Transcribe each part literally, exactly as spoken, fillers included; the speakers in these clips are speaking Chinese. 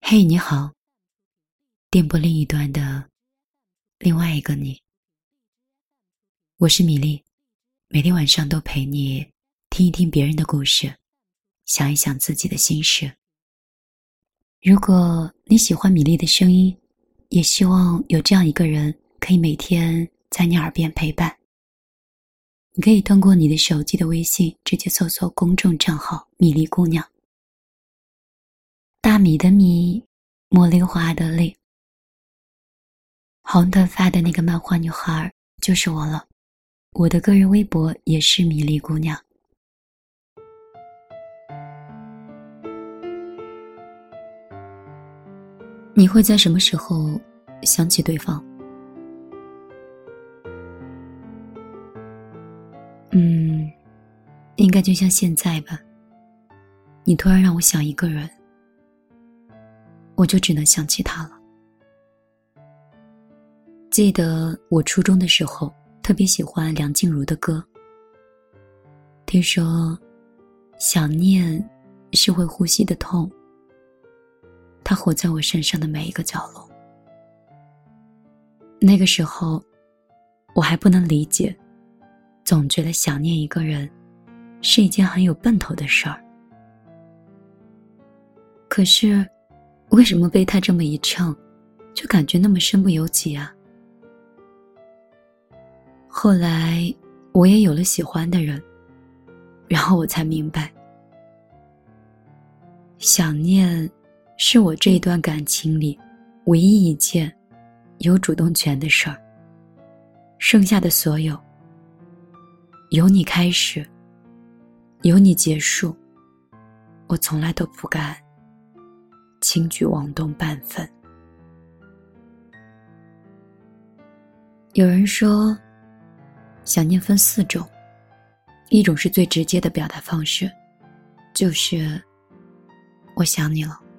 嘿，你好，电波另一端的另外一个你，我是米粒，每天晚上都陪你听一听别人的故事，想一想自己的心事。如果你喜欢米粒的声音，也希望有这样一个人可以每天在你耳边陪伴，你可以通过你的手机的微信直接搜索公众账号米粒姑娘，大米的米，茉莉花的莉，红头发的那个漫画女孩就是我了。我的个人微博也是米粒姑娘。你会在什么时候想起对方？嗯，应该就像现在吧。你突然让我想一个人，我就只能想起他了。记得我初中的时候特别喜欢梁静茹的歌，听说想念是会呼吸的痛，它活在我身上的每一个角落。那个时候我还不能理解，总觉得想念一个人是一件很有奔头的事儿。可是为什么被他这么一唱，就感觉那么身不由己啊？后来我也有了喜欢的人，然后我才明白，想念是我这一段感情里唯一一件有主动权的事儿，剩下的所有由你开始，由你结束，我从来都不敢轻举妄动半分。有人说想念分四种，一种是最直接的表达方式，就是我想你了。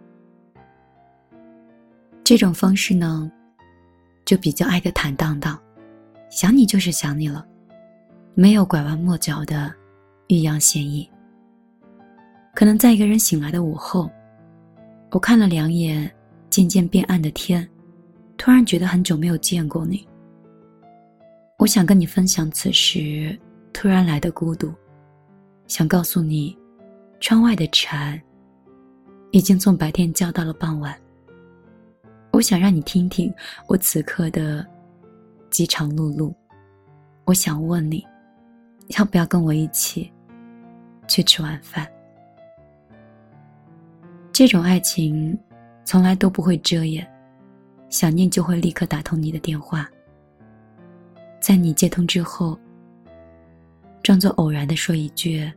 这种方式呢，就比较爱得坦荡荡，想你就是想你了，没有拐弯抹角的欲扬先抑。可能在一个人醒来的午后，我看了两眼渐渐变暗的天，突然觉得很久没有见过你。我想跟你分享此时突然来的孤独，想告诉你，窗外的蝉已经从白天叫到了傍晚。我想让你听听我此刻的饥肠辘辘，我想问你，要不要跟我一起去吃晚饭？这种爱情从来都不会遮掩，想念就会立刻打通你的电话，在你接通之后，装作偶然地说一句，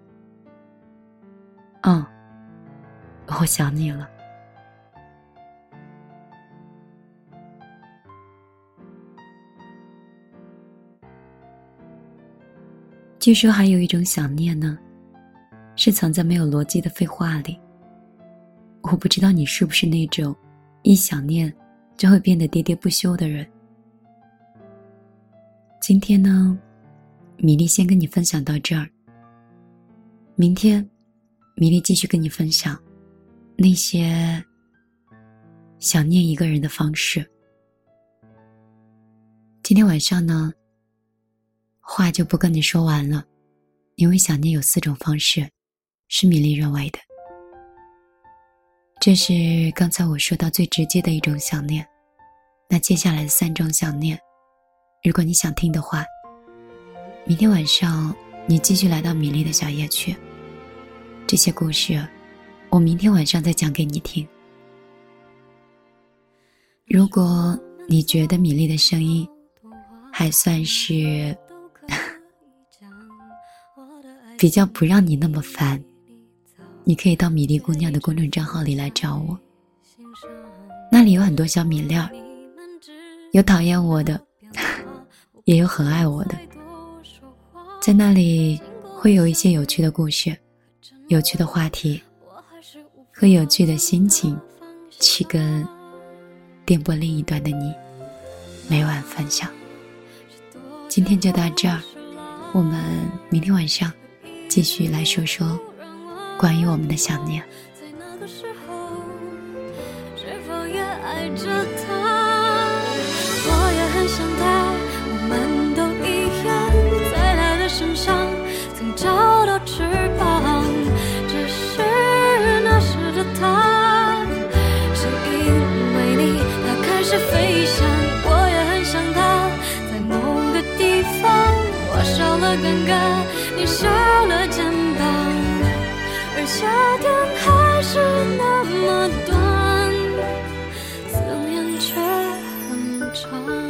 嗯，我想你了。据说还有一种想念呢，是藏在没有逻辑的废话里。我不知道你是不是那种一想念就会变得喋喋不休的人。今天呢，米粒先跟你分享到这儿。明天，米粒继续跟你分享那些想念一个人的方式。今天晚上呢，话就不跟你说完了，因为想念有四种方式，是米粒认为的。这是刚才我说到最直接的一种想念，那接下来的三种想念，如果你想听的话，明天晚上你继续来到米粒的小夜曲，这些故事我明天晚上再讲给你听。如果你觉得米粒的声音还算是比较不让你那么烦，你可以到米粒姑娘的公众账号里来找我，那里有很多小米粒儿，有讨厌我的也有很爱我的，在那里会有一些有趣的故事，有趣的话题和有趣的心情，去跟电波另一端的你每晚分享。今天就到这儿，我们明天晚上继续来说说关于我们的想念。 在那个时候，是否爱着他，我也很想他，我们都一样，在他的身上曾找到翅膀，只是那时的他是因为你他开始飞翔。我也很想他，在某个地方我少了尴尬，你少了肩膀，而夏天还是那么短，思念却很长。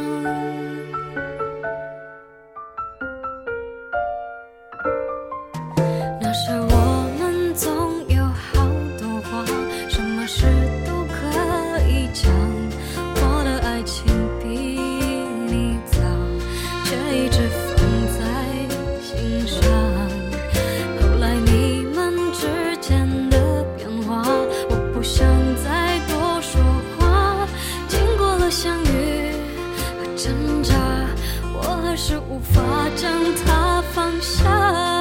那时我们总有好多话，什么事都可以讲，我的爱情比你早，却一直放在心上。后来你们之间的变化，我不想再多说话，经过了相遇和挣扎，我还是无法将它放下。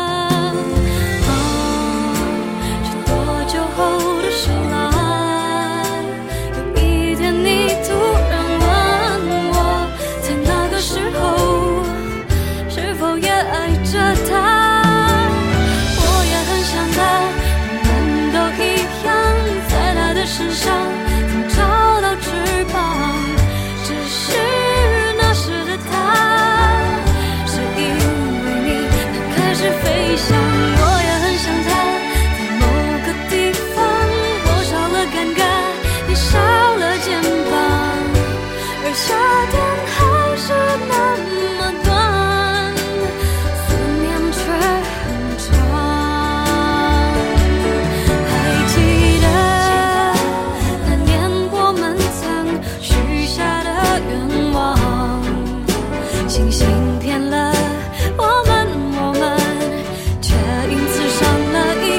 身上曾找到翅膀，只是那时的他是因为你他开始飞翔。我也很想他，在某个地方我少了尴尬，你少了肩膀，而夏天还是那么短，思念却很长。还记得星星骗了我们，我们却因此上了一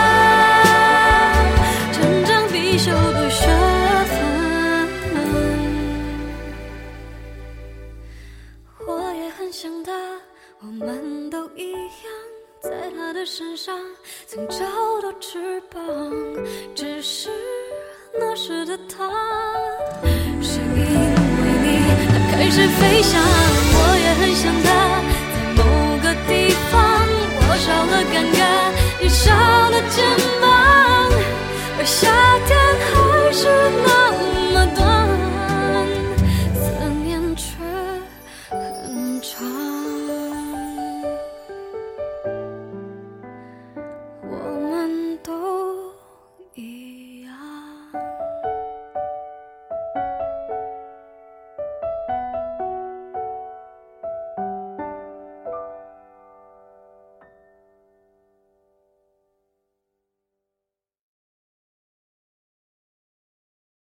课真正必修的学分。我也很想他，我们都一样，在他的身上曾找到翅膀，只是那时的他是因为你他开始飞翔。我也很想他，在某个地方我少了尴尬，你少了肩膀，而夏天还是那